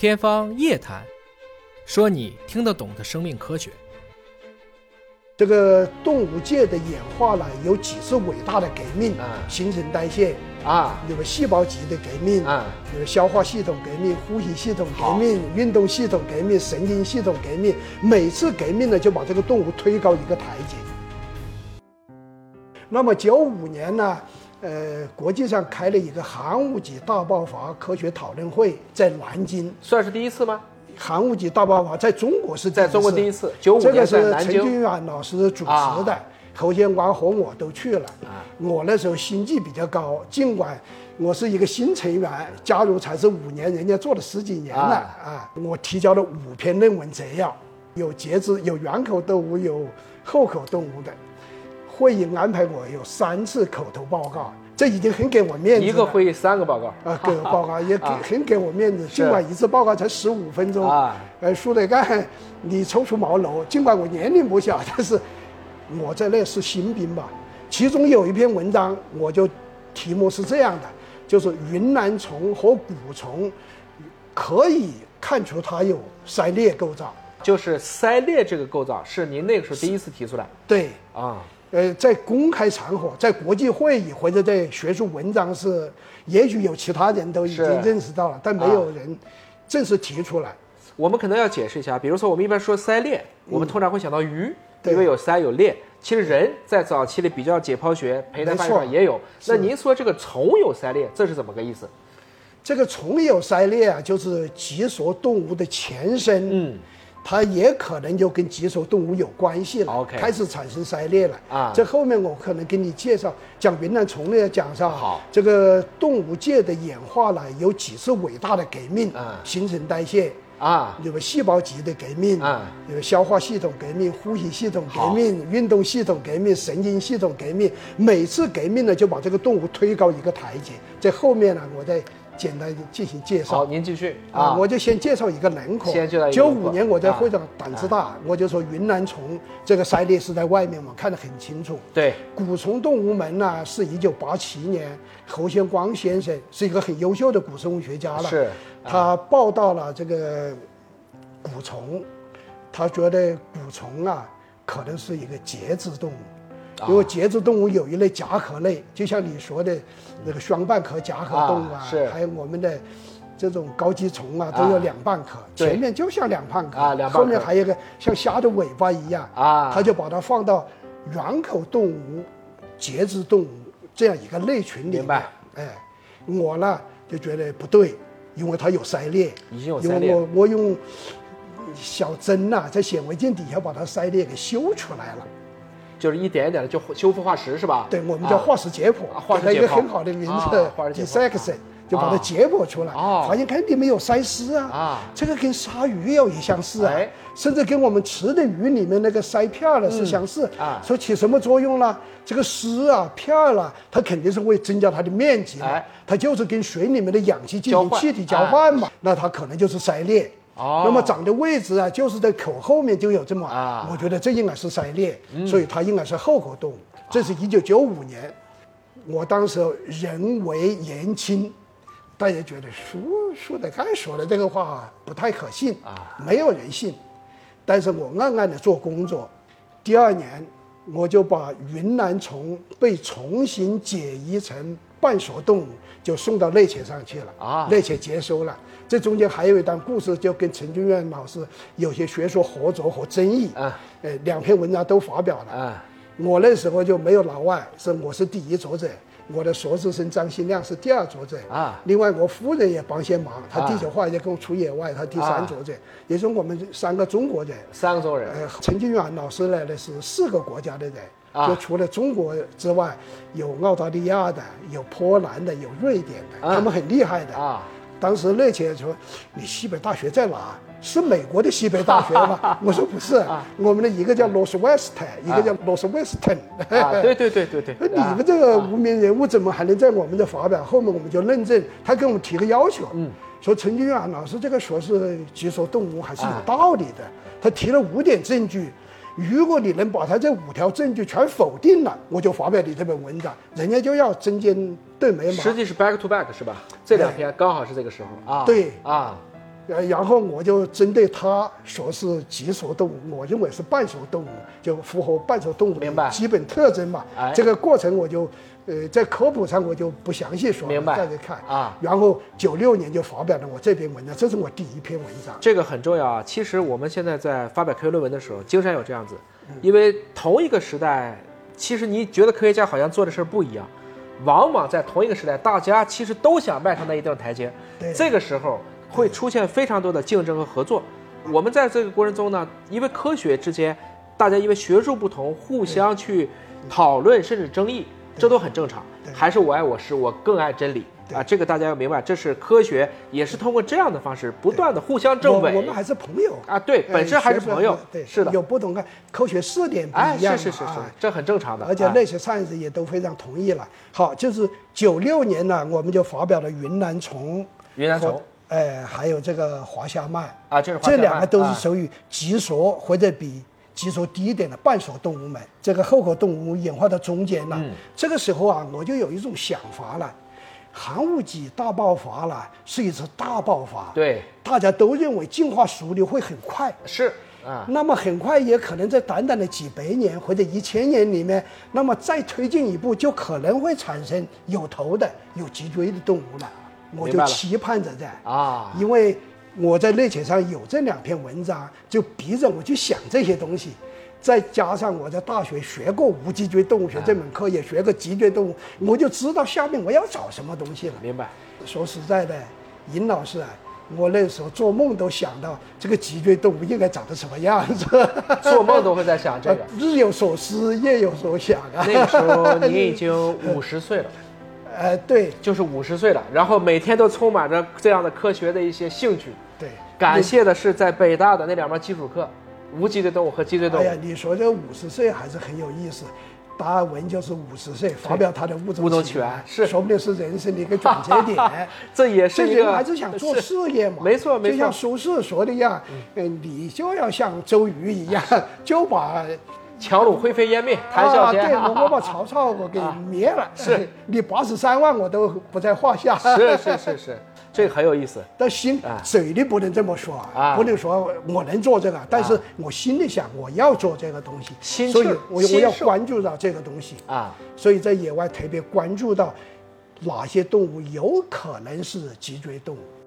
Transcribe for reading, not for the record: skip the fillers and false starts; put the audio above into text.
天方夜谭，说你听得懂的生命科学。 这个动物界的演化呢，有几次伟大的革命新陈代谢有个细胞级的革命有个消化系统革命、呼吸系统革命、运动系统革命、神经系统革命。每次革命呢，就把这个动物推高一个台阶。那么95年呢，国际上开了一个寒武纪大爆发科学讨论会，在南京， 算是第一次吗？ 寒武纪大爆发在中国是在中国第一次，95 这个年在南京。 是陈君远老师主持的，侯先光和我都去了。我那时候心计比较高，尽管我是一个新成员，加入才是5年，人家做了10几年了我提交了5篇论文摘要，有节肢、有圆口动物、有后口动物的。会议安排我有3次口头报告，这已经很给我面子了。 一个会议3个报告给我报告也很给我面子。尽管一次报告才15分钟舒德干你抽出茅庐，尽管我年龄不小，但是我在那是新兵吧。其中有一篇文章，我就题目是这样的，就是云南虫和蛊虫可以看出它有鳃裂构造。 就是鳃裂这个构造是您那个时候第一次提出来。 对在公开场合，在国际会议或者在学术文章是，也许有其他人都已经认识到了，但没有人正式提出来。 我们可能要解释一下，比如说我们一般说鳃裂，我们通常会想到鱼，因为有鳃有裂。其实人在早期的比较解剖学、胚胎发育上也有。那您说这个虫有鳃裂，这是怎么个意思？ 这个虫有鳃裂就是脊索动物的前身。它也可能就跟脊索动物有关系了，开始产生鳃裂了这后面我可能给你介绍，讲云南虫呢，讲上这个动物界的演化呢，有几次伟大的革命新陈代谢有个细胞级的革命有个消化系统革命、呼吸系统革命、运动系统革命、神经系统革命。每次革命呢，就把这个动物推高一个台阶。在后面呢，我再简单进行介绍。 好，您继续我就先介绍一个轮廓。95年我在会上胆子大，我就说云南虫这个鳃裂是在外面嘛，看得很清楚。 对， 蛊虫动物门呢是1987年侯先光先生是一个很优秀的古生物学家了，他报道了这个蛊虫，他觉得蛊虫可能是一个节肢动物。因为节肢动物有一类夹壳类，就像你说的那个双半壳夹壳动物还有我们的这种高级虫都有2半壳，前面就像2半壳后面还有一个像虾的尾巴一样他就把它放到圆口动物、节肢动物这样一个类群里面。明白？我呢就觉得不对，因为它有鳃裂， 已经有鳃裂， 因为我用小针在显微镜底下把它鳃裂给修出来了。 就是一点一点的就修复化石是吧？ 对，我们叫化石解剖，给它一个很好的名字，dissection，就把它解剖出来，发现看里面有鳃丝这个跟鲨鱼也相似甚至跟我们吃的鱼里面那个鳃片是相似说起什么作用呢？这个丝片它肯定是会增加它的面积它就是跟水里面的氧气进行气体交换嘛，那它可能就是鳃裂。那么长的位置就是在口后面就有这么我觉得这应该是鳃裂所以它应该是后口动物。这是1995年，我当时人为言轻，大家觉得舒德干说的这个话不太可信没有人信。但是我暗暗的做工作，第2年我就把云南虫被重新解译成半熟动物就送到内切上去了内切接收了。这中间还有一段故事，就跟陈君远老师有些学术合作和争议2篇文章都发表了我那时候就没有老外，我是第1作者，我的硕士生张新亮是第2作者另外我夫人也帮些忙，他地球化也跟我出野外，他第3作者也就是我们3个中国人 3个中国人陈君远老师呢是4个国家的人就除了中国之外，有澳大利亚的，有波兰的，有瑞典的他们很厉害的当时内切说你西北大学在哪？是美国的西北大学吗？我说不是我们的一个叫 Northwest 一个叫 Northwestern 对你们这个无名人物怎么还能在我们这发表？后面我们就认证，他给我们提个要求说陈君远老师这个说是脊索动物还是有道理的他提了5点证据，如果你能把他这5条证据全否定了，我就发表你这篇文章，人家就要针尖对眉毛。 实际是 back to back 是吧？这2篇刚好是这个时候对然后我就针对他说是脊索动物，我认为是半索动物，就符合半索动物的基本特征嘛。这个过程我就在科普上我就不详细说了，大家看啊。然后96年就发表了我这篇文章，这是我第一篇文章。 这个很重要啊。其实我们现在在发表科学论文的时候，经常有这样子，因为同一个时代，其实你觉得科学家好像做的事儿不一样，往往在同一个时代，大家其实都想迈上那一段台阶。这个时候会出现非常多的竞争和合作。我们在这个过程中呢，因为科学之间，大家因为学术不同，互相去讨论甚至争议，这都很正常。还是我爱我师，我更爱真理啊！这个大家要明白，这是科学，也是通过这样的方式不断的互相证伪。 我们还是朋友啊，对，本身还是朋友。 对， 是的， 有不同的科学视点不一样。 是，这很正常的。 而且那些 science 也都非常同意了。好，就是96年呢，我们就发表了云南虫。还有这个华夏鳗啊， 这两个都是属于脊索或者比脊索低一点的半索动物们，这个后壳动物演化到中间了。这个时候啊，我就有一种想法了，寒武纪大爆发了，是一次大爆发。 对， 大家都认为进化速率会很快。 是啊， 那么很快也可能在短短的几百年或者1000年里面，那么再推进一步，就可能会产生有头的、有脊椎的动物了。我就期盼着在啊，因为我在内切上有这2篇文章，就逼着我去想这些东西，再加上我在大学学过无脊椎动物学这门课，也学过脊椎动物，我就知道下面我要找什么东西了。 明白。 说实在的，尹老师啊，我那时候做梦都想到这个脊椎动物应该长得什么样子， 做梦都会在想这个。 日有所思，夜有所想啊。 那个时候你已经50岁了。 对， 就是50岁了，然后每天都充满着这样的科学的一些兴趣。 对， 感谢的是在北大的那2门基础课，无脊椎动物和脊椎动物。 哎呀，你说这50岁还是很有意思。达尔文就是50岁发表他的物种起源， 是说不定是人生的一个转折点。 这也是一个， 这人还是想做事业嘛。 没错， 就像苏轼说的一样，你就要像周瑜一样，就把强弩灰飞烟灭，谈笑间。 对，我把曹操我给灭了， 是你83万我都不在话下。 是，这个很有意思。 但嘴里不能这么说啊，不能说我能做这个，但是我心里想我要做这个东西，所以我要关注到这个东西啊。所以在野外特别关注到哪些动物有可能是脊椎动物。